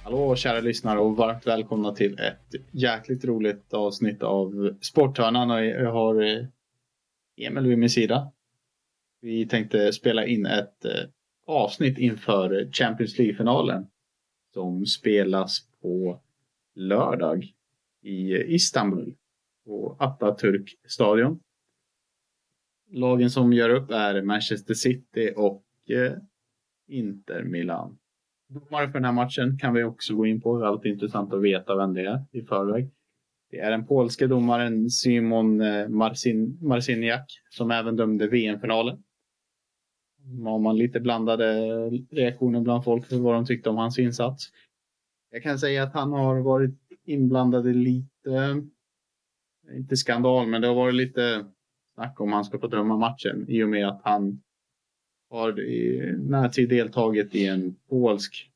Hallå kära lyssnare och varmt välkomna till ett jäkligt roligt avsnitt av Sporthörnan. Och jag har Emil vid min sida. Vi tänkte spela in ett avsnitt inför Champions League-finalen som spelas på lördag i Istanbul på Atatürk-stadion. Lagen som gör upp är Manchester City och Inter Milan. Domare för den här matchen kan vi också gå in på. Det är alltid intressant att veta vem det är i förväg. Det är den polske domaren Simon Marciniak som även dömde VM-finalen. Har man lite blandade reaktioner bland folk för vad de tyckte om hans insats. Jag kan säga att han har varit inblandad i lite, inte skandal, men det har varit lite snack om han ska få döma matchen i och med att han har i närtid deltagit i en polsk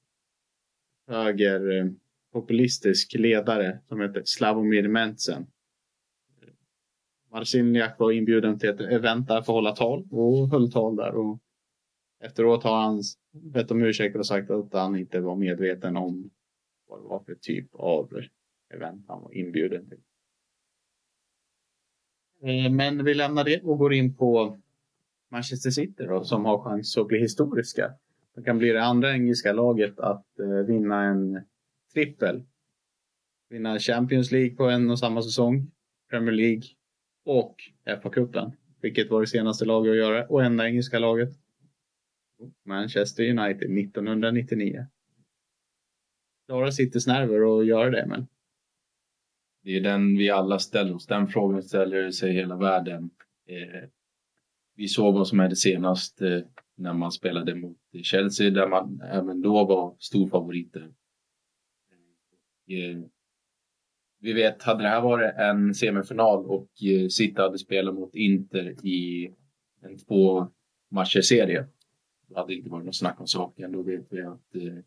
högerpopulistisk ledare som heter Sławomir Mencen. Marciniak var inbjuden till ett event där för att hålla tal och höll tal där. Och efteråt har han bett om ursäkt och sagt att han inte var medveten om vad det var för typ av event han var inbjuden till. Men vi lämnar det och går in på Manchester City då, som har chans att bli historiska. Det kan bli det andra engelska laget att vinna en trippel. Vinna Champions League på en och samma säsong, Premier League och FA-cupen. Vilket var det senaste laget att göra och enda engelska laget. Manchester United 1999. Klarar Citys nerver att göra det, men det är den vi alla ställer oss. Den frågan ställer sig hela världen. Vi såg vad som hände senast när man spelade mot Chelsea där man även då var storfavoriter. Vi vet, hade det här varit en semifinal och City hade spelat mot Inter i en 2-matcher-serie, då hade det inte varit något snack om saken. Då vet vi att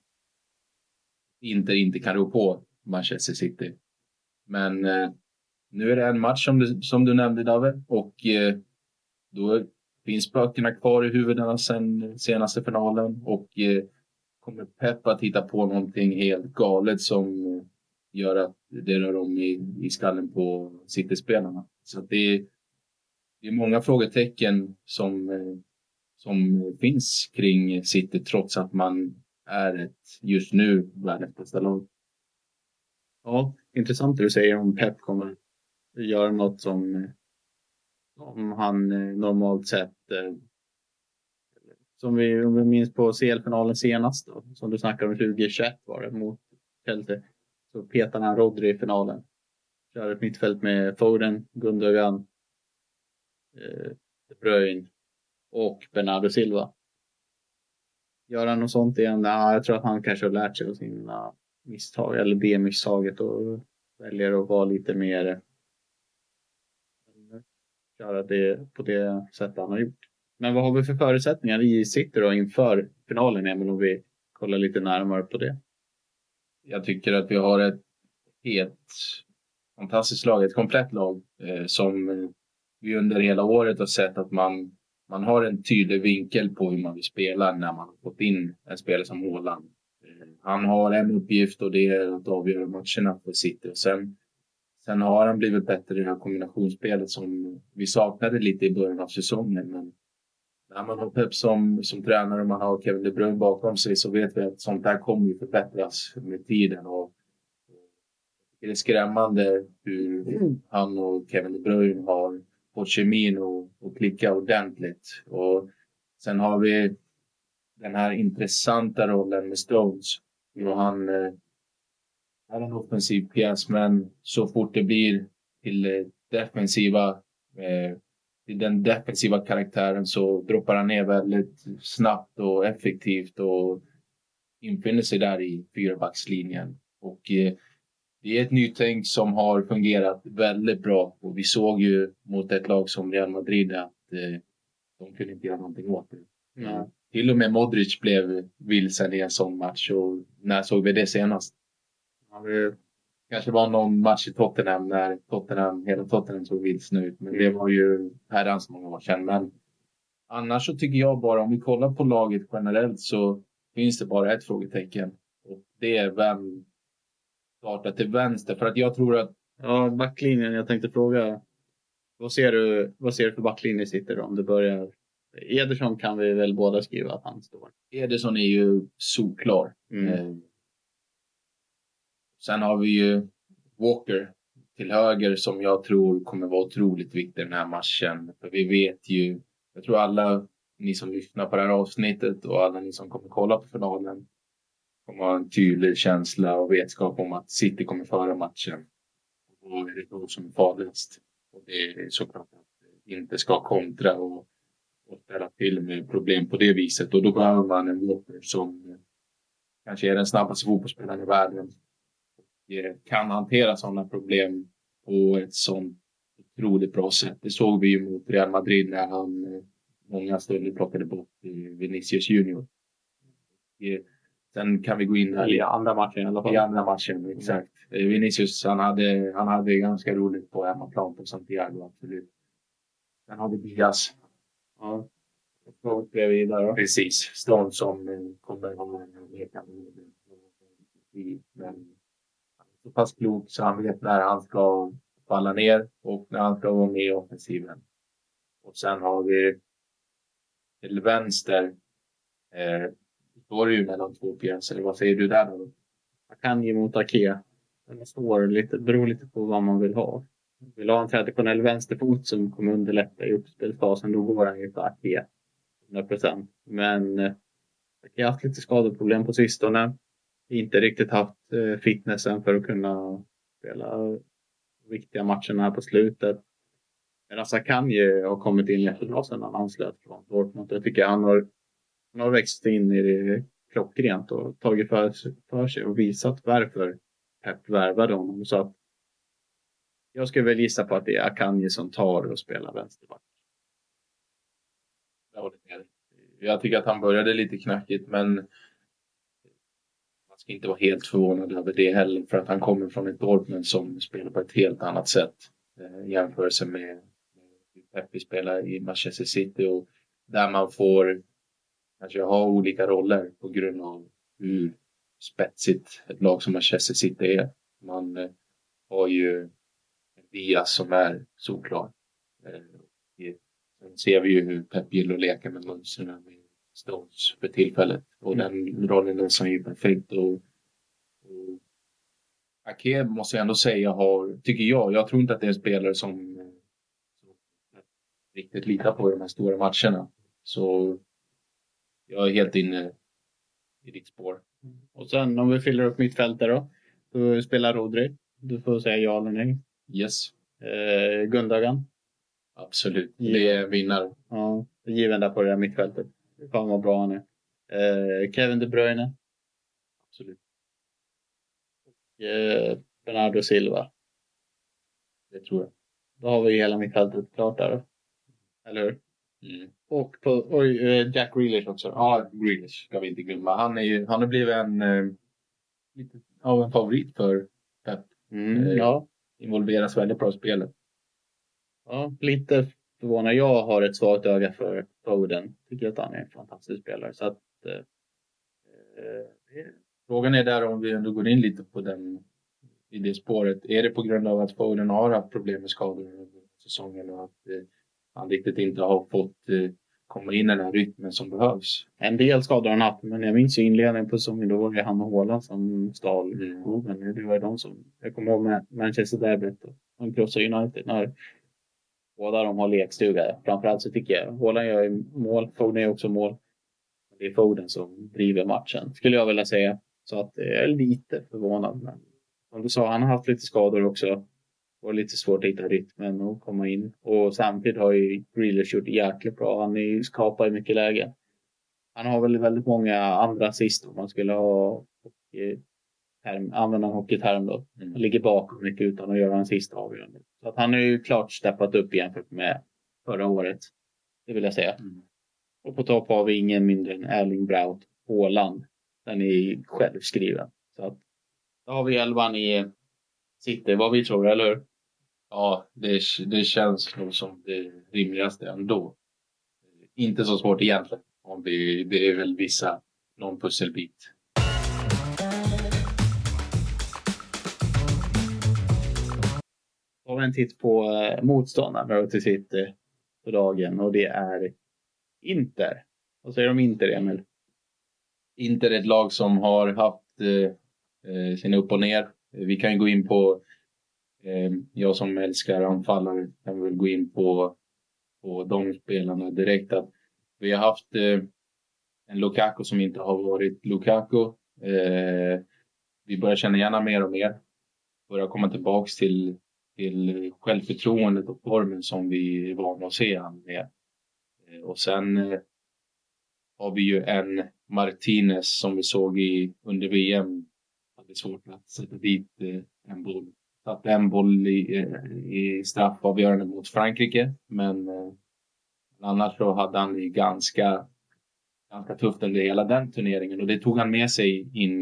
Inter inte kan rå på Manchester City. Men nu är det en match som du nämnde, David, och då finns spökena kvar i huvudena sen senaste finalen och kommer Pep att hitta på någonting helt galet som gör att det rör om i skallen på City-spelarna. Så att det är många frågetecken som finns kring City trots att man är ett just nu världens bästa lag. Ja, intressant det du säger om Pep kommer göra något som han normalt sett om vi minns på CL-finalen senast då, som du snackade om 2021 var det mot Chelsea, så petade han Rodri i finalen. Kör ett mittfält med Foden, Gundogan, De Bruyne och Bernardo Silva. Gör han något sånt igen? Ja, jag tror att han kanske har lärt sig av sina misstag eller det misstaget och väljer att vara lite mer köra det på det sätt han har gjort. Men vad har vi för förutsättningar i City då inför finalen, Emil, om vi kollar lite närmare på det? Jag tycker att vi har ett helt fantastiskt lag, ett komplett lag som vi under hela året har sett att man har en tydlig vinkel på hur man vill spela när man har fått in en spelare som Haaland. Han har en uppgift och det är att avgöra matcherna för City. Och sen har han blivit bättre i det här kombinationsspelet som vi saknade lite i början av säsongen. Men när man har Pep som tränare och man har Kevin De Bruyne bakom sig så vet vi att sånt där kommer ju förbättras med tiden. Och det är skrämmande hur han och Kevin De Bruyne har fått kemin och klicka ordentligt. Och sen har vi den här intressanta rollen med Stones. Och han är en offensiv pjäs, men så fort det blir till den defensiva karaktären så droppar han ner väldigt snabbt och effektivt och infinner sig där i 4-backslinjen. Och det är ett nytänk som har fungerat väldigt bra. Och vi såg ju mot ett lag som Real Madrid att de kunde inte göra någonting åt det. Mm. Till och med Modric blev vilsen i en sån match. Och när såg vi det senast? Ja, det kanske var någon match i Tottenham när hela Tottenham såg vilsen ut. Men det var ju herrans många år sedan. Men annars så tycker jag bara, om vi kollar på laget generellt så finns det bara ett frågetecken. Och det är vem startar till vänster. För att jag tror att... Ja, backlinjen. Jag tänkte fråga. Vad ser du för backlinje sitter då, om det börjar? Ederson kan vi väl båda skriva att han står. Ederson är ju solklar. Sen har vi ju Walker till höger som jag tror kommer vara otroligt viktig i den här matchen. För vi vet ju, jag tror alla ni som lyssnar på det här avsnittet och alla ni som kommer kolla på finalen kommer ha en tydlig känsla och vetskap om att City kommer föra matchen. Och då är det då som är farligast. Och det är såklart att inte ska kontra och ställa till med problem på det viset. Och då behöver man en Walker som kanske är den snabbaste fotbollsspelaren i världen. Kan hantera sådana problem på ett sånt otroligt bra sätt. Det såg vi ju mot Real Madrid när han många stunder plockade bort Vinicius Junior. Sen kan vi gå in här i andra matchen i alla fall. I andra matchen, exakt. Vinicius, han hade ganska roligt på hemmaplan på Santiago, absolut. Sen har vi Diaz. Ja. Och blev vidare då. Precis. Stone som kommer att ha en lekande. Men han är så pass klok så han vet när han ska falla ner och när han ska vara med i offensiven. Och sen har vi till vänster står det ju mellan två pjäser. Vad säger du där då? Man kan ge mot Ake. Den står lite, beror lite på vad man vill ha. Vill ha en traditionell vänsterfot som kommer underlätta i uppspelsfasen, då går han ju för Ake 100%. Men Ake har haft lite skadeproblem på sistone. Inte riktigt haft fitnessen för att kunna spela viktiga matcherna här på slutet. Men Akanji har kommit in jättebra sedan han anslöt från Dortmund. Jag tycker han har växt in i det klockrent och tagit för sig och visat varför Pep värvade honom. Så att jag skulle väl gissa på att det är Akanji som tar och spelar vänsterback. Jag tycker att han började lite knackigt, men man ska inte vara helt förvånad över det heller, för att han kommer från ett Dortmund som spelar på ett helt annat sätt i jämförelse med Pep spelar i Manchester City, och där man får kanske ha olika roller på grund av hur spetsigt ett lag som Manchester City är. Man har ju Diaz som är solklar. Sen ser vi ju hur Pep gillar att leka med mönstren med Stones för tillfället. Och den rollen är som är perfekt. Och Ake måste jag ändå säga tycker jag tror inte att det är en spelare som riktigt litar på de här stora matcherna. Så jag är helt inne i ditt spår. Och sen om vi fyller upp mittfältet då spelar Rodri. Du får säga ja eller nej. Yes. Gundogan. Absolut. Det är vinnare. Ja, given där på det här mittfältet. Fan vad bra han är. Kevin De Bruyne. Absolut. Och Bernardo Silva. Det tror jag. Då har vi hela mittfältet klart där. Eller hur? Mm. Och Jack Grealish också. Ja, Grealish ska vi inte glömma. Han har blivit lite av en favorit för Pep. Ja. Involveras väldigt bra i spelet. Ja, lite förvånad. Jag har ett svagt öga för Foden. Tycker att han är en fantastisk spelare. Så att, frågan är där om vi ändå går in lite på i det spåret. Är det på grund av att Foden har haft problem med skador under säsongen och att han riktigt inte har fått komma in i den här rytmen som behövs? En del skador han haft, men jag minns ju inledningen på säsongen, då var det han och Haaland som stal men det var de som, jag kommer ihåg med Manchester Derbyt och Crossar United när båda de har lekstuga. Framförallt så tycker jag Haaland gör mål, Foden är också mål. Det är Foden som driver matchen, skulle jag vilja säga. Så att jag är lite förvånad, men som du sa, han har haft lite skador också. Det var lite svårt att hitta rytmen och komma in. Och samtidigt har ju Grealish gjort jäkligt bra. Han skapar mycket lägen. Han har väl väldigt många andra assist om man skulle ha använda en hockeyterm då. Han ligger bakom mycket utan att göra en sista avgörande. Så att han har ju klart steppat upp jämfört med förra året. Det vill jag säga. Och på topp har vi ingen mindre än Erling Braut Haaland. Den är självskriven. Så att då har vi 11 i City, vad vi tror, eller hur? Ja, det känns nog som det rimligaste ändå. Inte så svårt egentligen. Det är väl någon pusselbit. tar vi en titt på motståndaren till sitt på dagen. Och det är Inter. Vad säger du om Inter, Emil? Inter är ett lag som har haft sina upp och ner. Vi kan ju gå in på, jag som älskar anfallare kan väl gå in på de spelarna direkt. Att vi har haft en Lukaku som inte har varit Lukaku. Vi börjar känna igen mer och mer. Börjar komma tillbaks till självförtroendet och formen som vi är vana att se han med. Och sen har vi ju en Martinez som vi såg under VM. Det är svårt att sätta dit en boll. Satt en boll i straffavgörande mot Frankrike. Men annars så hade han ju ganska tufft under hela den turneringen. Och det tog han med sig in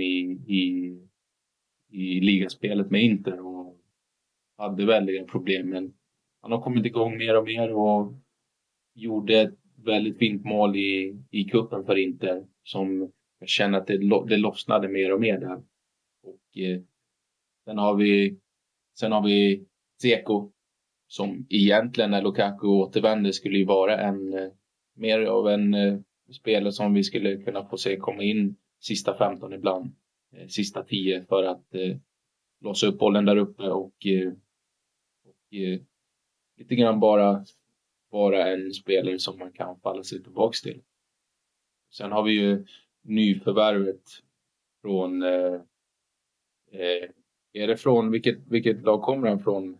i ligaspelet med Inter. Och hade väldiga problem. Men han har kommit igång mer och mer och gjorde ett väldigt fint mål i kuppen för Inter. Som jag känner att det lossnade mer och mer där. Och sen har vi Dzeko. Som egentligen när Lukaku återvänder skulle ju vara mer av en spelare som vi skulle kunna få se komma in sista 15 ibland. Sista 10 för att låsa upp bollen där uppe och lite grann bara en spelare som man kan falla sig tillbaka till. Sen har vi ju nyförvärvet från är det från vilket lag kommer han från?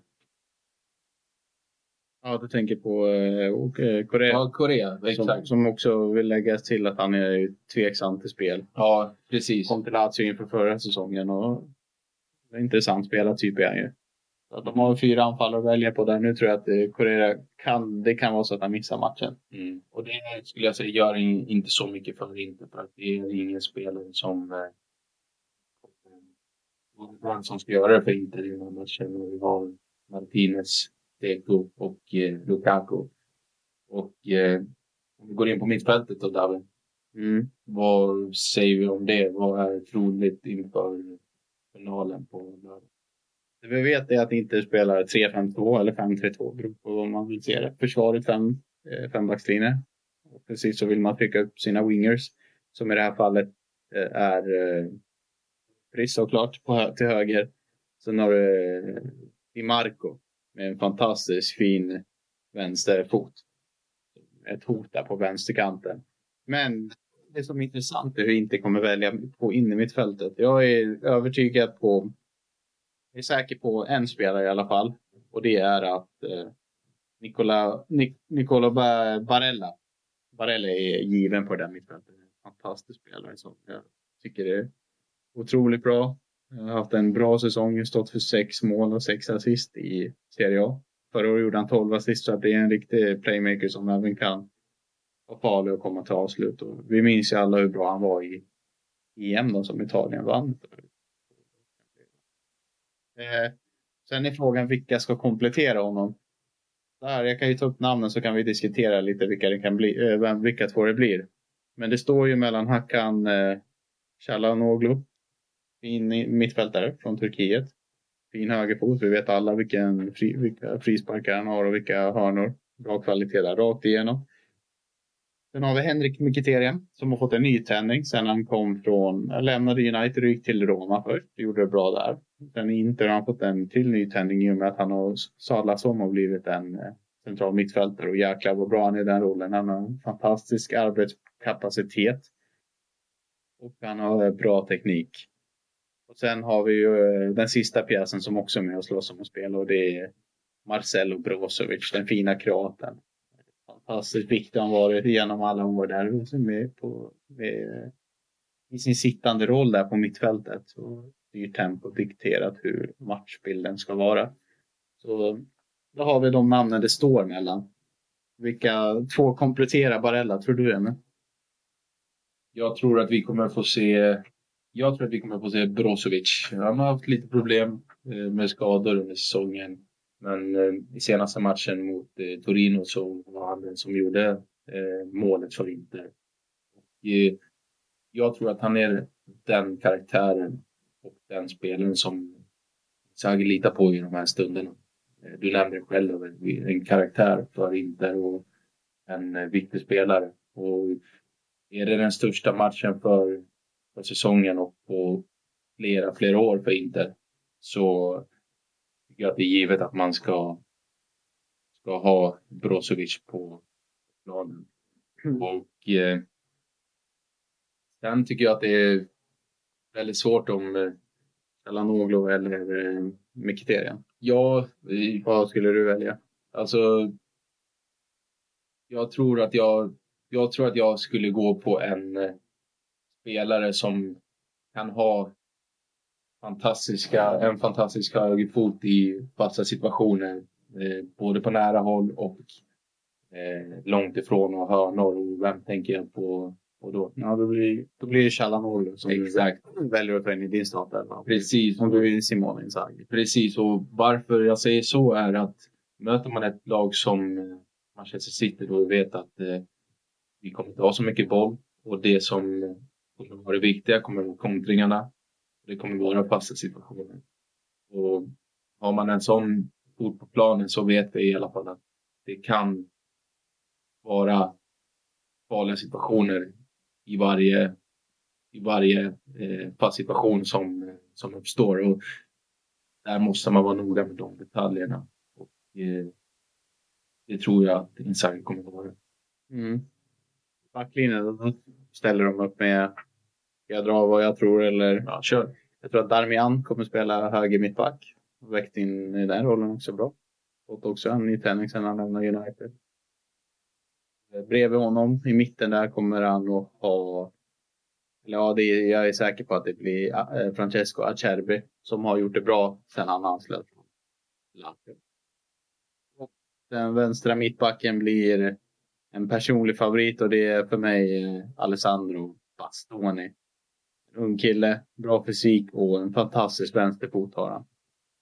Ja, du tänker på Korea. Ja, Korea, exakt. Som också vill lägga till att han är tveksam till spel. Ja, precis. Kom till Lazio inför förra säsongen och det är en intressant spelartyp är han ju. Så att de har 4 anfallare att välja på där. Nu tror jag att Korea kan vara så att han missar matchen. Mm. Och det skulle jag säga gör inte så mycket för Inter. För att det är ingen spelare som ska göra det för Inter i den här matchen. Vi har Martinez, Dzeko och Lukaku. Och om vi går in på mittfältet då, David. Vad säger vi om det? Vad är troligt inför finalen på lördag? Det vi vet är att Inter spelar 3-5-2 eller 5-3-2. Beror på vad man vill se det. Försvaret 5 backlinjer. Och precis så vill man trycka upp sina wingers. Som i det här fallet är Pris såklart till höger. Sen har du Di Marco med en fantastiskt fin vänsterfot. Ett hot där på vänsterkanten. Men det som är intressant är hur inte kommer välja på in i mittfältet. Jag är övertygad på, jag är säker på en spelare i alla fall. Och det är att Nicola Barella. Barella är given på den mittfältet. En fantastisk spelare som jag tycker är otroligt bra. Jag har haft en bra säsong, stått för 6 mål och 6 assist i Serie A. Förra året gjorde han 12 assist, så att det är en riktig playmaker som även kan vara farlig och komma till avslut. Och vi minns ju alla hur bra han var i EM då, som Italien vann. Sen är frågan vilka ska komplettera honom. Jag kan ju ta upp namnen så kan vi diskutera lite vilka det kan bli, vilka 2 det blir. Men det står ju mellan Hakan Çalhanoğlu, fin mittfältare från Turkiet. Fin högerfot. Vi vet alla vilka frisparkar han har och vilka hörnor. Bra kvalitet där rakt igenom. Sen har vi Henrik Mkhitaryan som har fått en nytändning sen han lämnade United och gick till Roma först. Gjorde det bra där. Sen Inter har han fått en till nytändning i och med att han har sadlats om och blivit en central mittfältare. Och jäklar vad bra han är i den rollen. Han har en fantastisk arbetskapacitet. Och han har bra teknik. Och sen har vi ju den sista pjäsen som också är med och slåss om att spela. Och det är Marcelo Brozovic, den fina kroaten. Fantastiskt viktig han varit genom alla år där. I sin sittande roll där på mittfältet. Så styr tempo dikterat hur matchbilden ska vara. Så då har vi de namnen det står mellan. Vilka 2 kompletterar Barella, tror du det? Jag tror att vi kommer få se Brozovic. Han har haft lite problem med skador under säsongen. Men i senaste matchen mot Torino så var han den som gjorde målet för Inter. Jag tror att han är den karaktären och den spelaren som Inzaghi litar på i de här stunderna. Du nämnde själv en karaktär för Inter och en viktig spelare. Och är det den största matchen för säsongen och på flera år för Inter, så tycker jag att det är givet att man ska ha Brozovic på planen. Och sen tycker jag att det är väldigt svårt om Çalhanoğlu eller Mkhitaryan. Ja, Vad skulle du välja? alltså jag tror att jag skulle gå på en spelare som kan ha en fantastisk högerfot i fasta situationer, både på nära håll och långt ifrån och hörnor. Och vem tänker jag på då? Ja, då blir det Çalhanoğlu som Exakt. du väljer att ta in i din start. Precis. Om du är Simone Inzaghi. Precis, och varför jag säger så är att möter man ett lag som Manchester City, då vet att vi kommer inte ha så mycket boll, och det som kommer vara det viktiga kommer vara kontringarna. Det kommer vara fasta situationer. Och har man en sån fot på planen, så vet vi i alla fall att det kan vara farliga situationer i varje fast situation som uppstår. Och där måste man vara noga med de detaljerna. Och det tror jag att Inzaghi kommer att vara. Backlinjen, då ställer de upp med, jag drar vad jag tror, eller Ja, kör. Jag tror att Darmian kommer spela höger mittback. Väckt in i den rollen också bra. Fått också en ny tändning sen han lämnar United. Bredvid honom i mitten där kommer han att ha, eller ja, jag är säker på att det blir Francesco Acerbi som har gjort det bra sen han anslöt. Och den vänstra mittbacken blir en personlig favorit, och det är för mig Alessandro Bastoni. En ung kille, bra fysik och en fantastisk vänsterfot har han.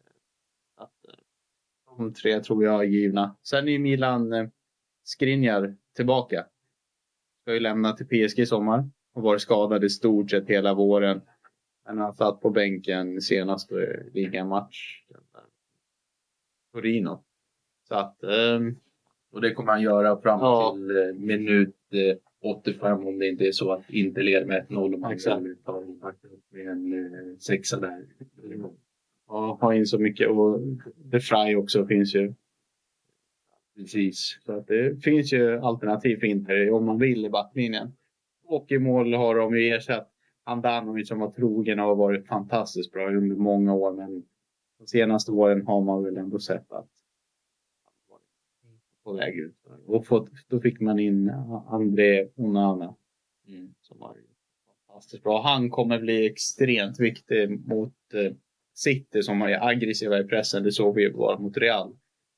De tre tror jag är givna. Sen är Milan Skriniar tillbaka. Ska ju lämna till PSG i sommar. Och varit skadad i stort sett hela våren. Men han satt på bänken senaste ligamatch. Torino. Så att... Och det kommer han göra fram till minut 85, om det inte är så att inte leder med 1-0. Man tar med en sexa där. Ja, har in så mycket. Och The Fry också finns ju. Precis. Så att det finns ju alternativ för Inter om man vill i backlinjen. Och i mål har de ju ersatt Handanovic som var trogen och har varit fantastiskt bra under många år. Men de senaste åren har man väl ändå sett att han var på väg ut. Och då fick man in André Onana som var fantastiskt bra. Han kommer bli extremt viktig mot City som är aggressiva i pressen. Det såg vi ju bara mot Real.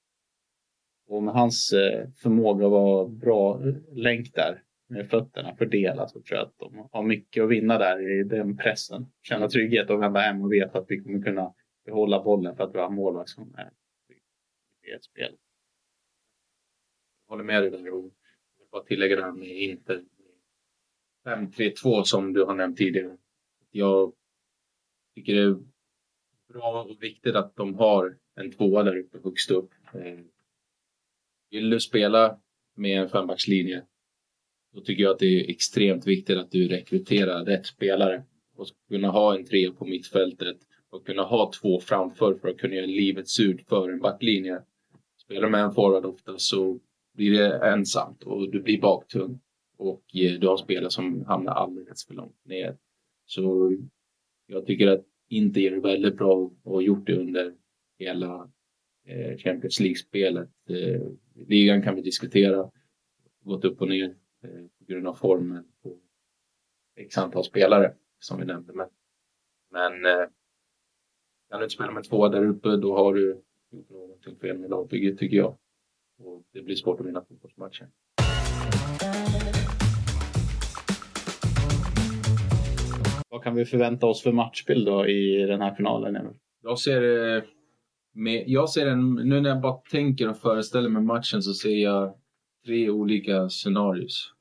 Och med hans förmåga att vara bra länk där med fötterna fördela, så tror jag att de har mycket att vinna där i den pressen. Känna trygghet och vända hem och veta att vi kommer kunna behålla bollen för att vi har målvakt som är i ett spel. Jag håller med dig där, och jag vill bara tillägga det här med Inter 5-3-2 som du har nämnt tidigare. Jag tycker det är bra och viktigt att de har en tvåa där uppe högst upp. Vill du spela med en fembackslinje, då tycker jag att det är extremt viktigt att du rekryterar rätt spelare och kunna ha en trea på mittfältet och kunna ha två framför för att kunna göra livet surt för en backlinje. Spelar med en forward ofta så blir det ensamt och du blir baktung och du har spelare som hamnar alldeles för långt ner. Så jag tycker att inte är väldigt bra och gjort det under hela Champions League-spelet. Ligan kan vi diskutera. Gått upp och ner på grund av formen på x antal spelare som vi nämnde. Men kan du inte spela med två där uppe, då har du gjort någonting fel med lagbygget, tycker jag. Och det blir svårt att vinna fotbollsmatchen. Vad kan vi förvänta oss för matchbild då i den här finalen? Jag ser nu när jag bara tänker och föreställer mig matchen, så ser jag 3 olika scenarios.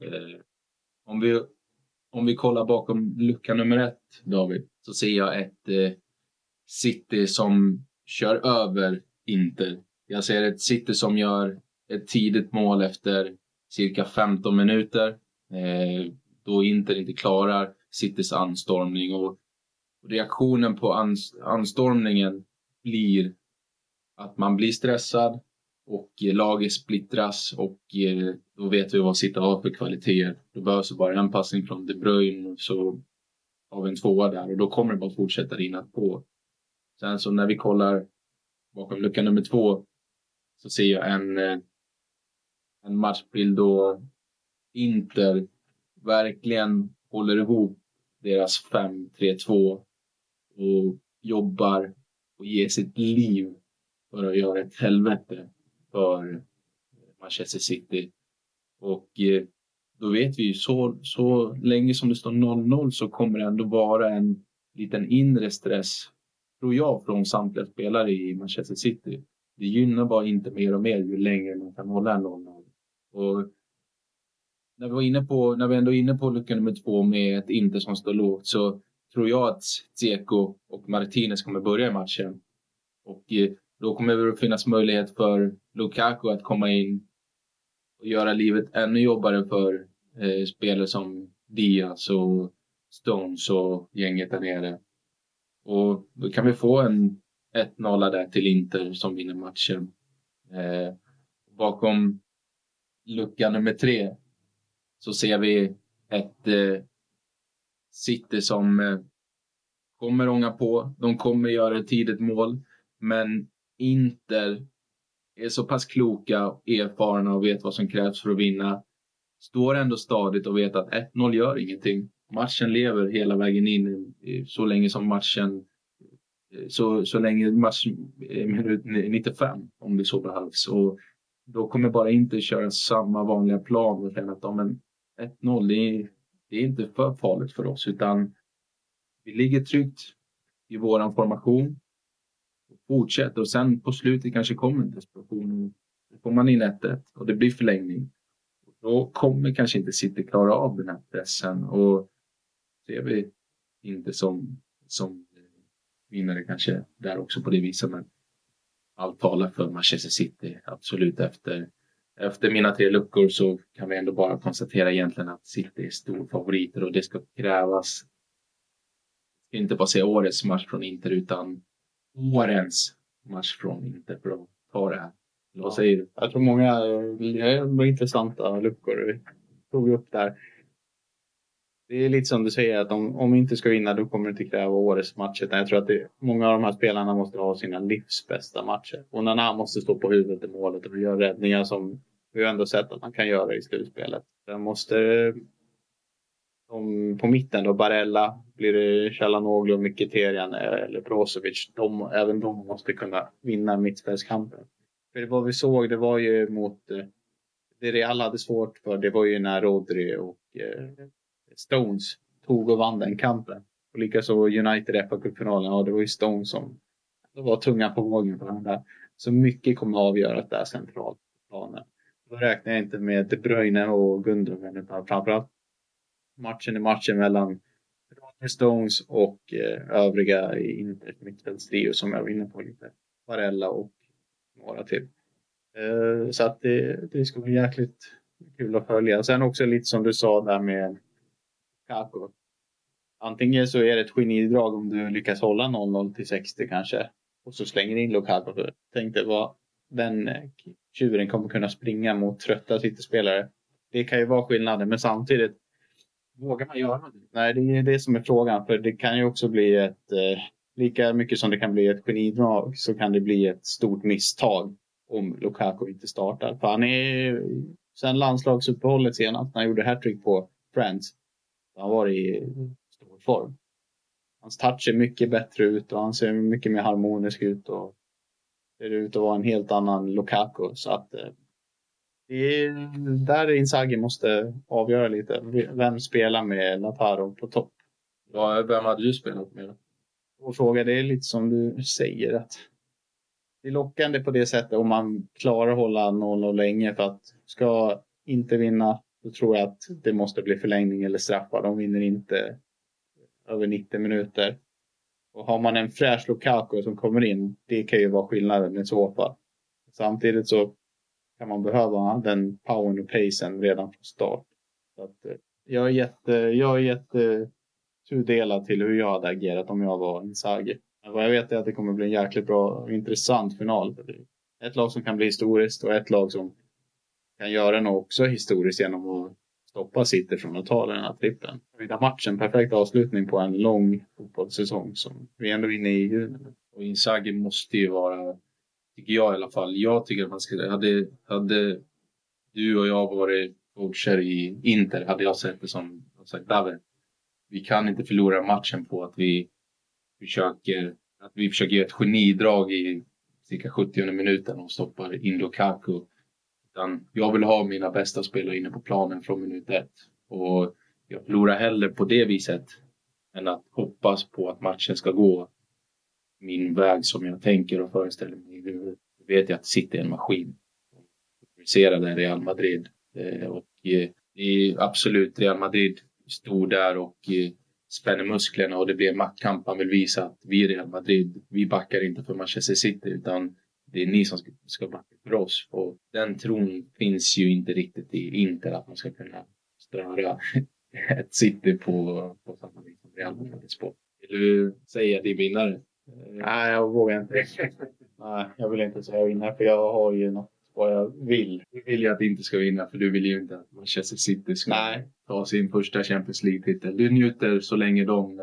Om vi kollar bakom lucka nummer 1, David, så ser jag ett City som kör över Inter. Jag ser ett City som gör ett tidigt mål efter cirka 15 minuter. Då Inter inte klarar Citys anstormning. Och reaktionen på anstormningen blir att man blir stressad och laget splittras. Och då vet vi vad City har för kvaliteter. Då behövs bara en passning från De Bruyne, så har vi en tvåa där. Och då kommer det bara fortsätta rinna på. Sen så när vi kollar bakom lucka nummer 2 så ser jag en matchbild då Inter verkligen håller ihop deras 5-3-2 och jobbar och ger sitt liv för att göra ett helvete för Manchester City. Och då vet vi ju så länge som det står 0-0 så kommer det ändå vara en liten inre stress, tror jag, från samtliga spelare i Manchester City. Det gynnar bara inte mer och mer ju längre man kan hålla en 0-0. Och när vi ändå är inne på lucka nummer 2 med ett Inter som står lågt, så tror jag att Dzeko och Martinez kommer börja i matchen. Och då kommer det finnas möjlighet för Lukaku att komma in och göra livet ännu jobbigare för spelare som Diaz och Stones och gänget där nere. Och då kan vi få en 1-0 där till Inter som vinner matchen. Bakom lucka nummer 3 så ser vi ett City som kommer ånga på. De kommer göra ett tidigt mål. Men Inter är så pass kloka och erfarna och vet vad som krävs för att vinna. Står ändå stadigt och vet att 1-0 gör ingenting. Matchen lever hela vägen in så länge som matchen. Så länge minut 95 om det så behövs. Och då kommer bara inte köra samma vanliga plan och känna att 1-0 det är inte för farligt för oss, utan vi ligger tryggt i våran formation och fortsätter, och sen på slutet kanske kommer en desperation och då får man in 1-1 och det blir förlängning. Då kommer kanske inte City klara av den här pressen, och ser vi inte som vinnare kanske där också på det viset, men allt talar för Manchester City absolut. Efter mina 3 luckor så kan vi ändå bara konstatera egentligen att City är stor favoriter, och det ska krävas. Jag ska inte bara säga årets match från Inter, utan årens match från Inter för att ta det här. Vad säger du? Jag tror många är intressanta luckor vi tog upp där. Det är lite som du säger, att om vi inte ska vinna då kommer det inte kräva årets matcher. Jag tror att många av de här spelarna måste ha sina livsbästa matcher. Och Onana måste stå på huvudet i målet och göra räddningar som vi har ändå sett att man kan göra i slutspelet. Sen måste på mitten då, Barella, blir det Çalhanoğlu, Mkhitaryan eller Brozovic. Även de måste kunna vinna mittfältskampen. För vad vi såg, det var ju mot det Real hade svårt för, det var ju när Rodri och Stones tog och vann den kampen. Och likaså United i FA-cupfinalen, det var ju Stones som var tunga på vågen på den där. Så mycket kommer att avgöras där centralt på planen. Då räknar jag inte med De Bruyne och Gundogan, utan framförallt matchen mellan Stones och övriga i Inter mittfältstrio som jag var inne på lite. Barella och några till. Så att det ska bli jäkligt kul att följa. Sen också lite som du sa där med Lukaku. Antingen så är det ett genidrag om du lyckas hålla 0-0 till 60 kanske. Och så slänger in Lukaku. Tänkte vad den tjuren kommer kunna springa mot trötta City-spelare. Det kan ju vara skillnaden, men samtidigt vågar man göra det? Nej, det är det som är frågan. För det kan ju också bli ett lika mycket som det kan bli ett genidrag, så kan det bli ett stort misstag om Lukaku inte startar. För han är sen landslagsuppehållet senast när han gjorde hattrick på Friends. Han var i stor form. Hans touch är mycket bättre ut och han ser mycket mer harmonisk ut och ser ut att vara en helt annan Lukaku. Så att det är där Inzaghi måste avgöra lite. Vem spelar med Lautaro på topp? Ja, vem hade du spelat med? Och fråga, det är lite som du säger, att det är lockande på det sättet om man klarar att hålla 0 länge, för att ska inte vinna, då tror jag att det måste bli förlängning eller straffar. De vinner inte över 90 minuter. Och har man en fräsch Lukaku som kommer in, det kan ju vara skillnaden i så fall. Samtidigt så kan man behöva den powern och pacen redan från start. Så att, jag är jättetudelad till hur jag hade agerat om jag var Inzaghi. Vad jag vet är att det kommer bli en jäkligt bra och intressant final. Ett lag som kan bli historiskt och ett lag som kan göra något också historiskt genom att stoppa City från att ta den här trippen. Vinna matchen, perfekt avslutning på en lång fotbollssäsong som vi ändå är inne i juni. Och Inzaghi måste ju vara, tycker jag i alla fall, jag tycker att man skulle, hade du och jag varit coacher i Inter, hade jag sett det som sagt, David, vi kan inte förlora matchen på att vi försöker göra ett genidrag i cirka 70 minuten och stoppar in Lukaku. Utan jag vill ha mina bästa spelare inne på planen från minut 1. Och jag förlorar hellre på det viset än att hoppas på att matchen ska gå min väg som jag tänker och föreställer mig. Nu vet jag att City är en maskin. Vi ser det Real Madrid. Och absolut Real Madrid stod där och spänner musklerna och det blir en maktkamp. Han vill visa att vi är Real Madrid. Vi backar inte för Manchester City utan det är ni som ska backa för oss. Och den tron finns ju inte riktigt i Inter att man ska kunna störa ett City på samma vis som Real Madrid sport. Vill du säga din vinnare? Nej, jag vågar inte. Nej, jag vill inte säga vinnare för jag har ju något vad jag vill. Du vill ju att det inte ska vinna för du vill ju inte att Manchester City ska ta sin första Champions League-titel. Du njuter så länge de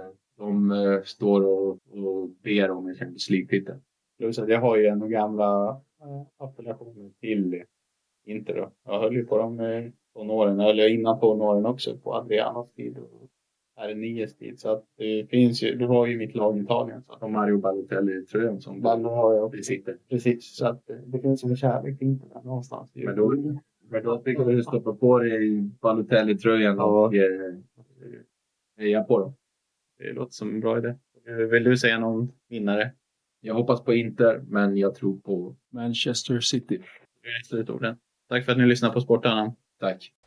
står och ber om en Champions League-titel. Plus att jag har ju en gamla appellationer till Inter då. Jag höll ju på dem tonåren, eller innan tonåren också på Adrianos tid och här är 9:s tid. Så att det finns ju, du har ju mitt lag i Italien. Så att Mario Balotelli tror jag som Ballo har jag precis. Så att det finns en kärlek till Inter där någonstans. Men då fick du stoppa på dig Balotelli-tröjan och heja på dem. Det låter som en bra idé. Vill du säga någon vinnare? Jag hoppas på Inter, men jag tror på Manchester City. Det är slutorden. Tack för att ni lyssnar på Sportarna. Tack.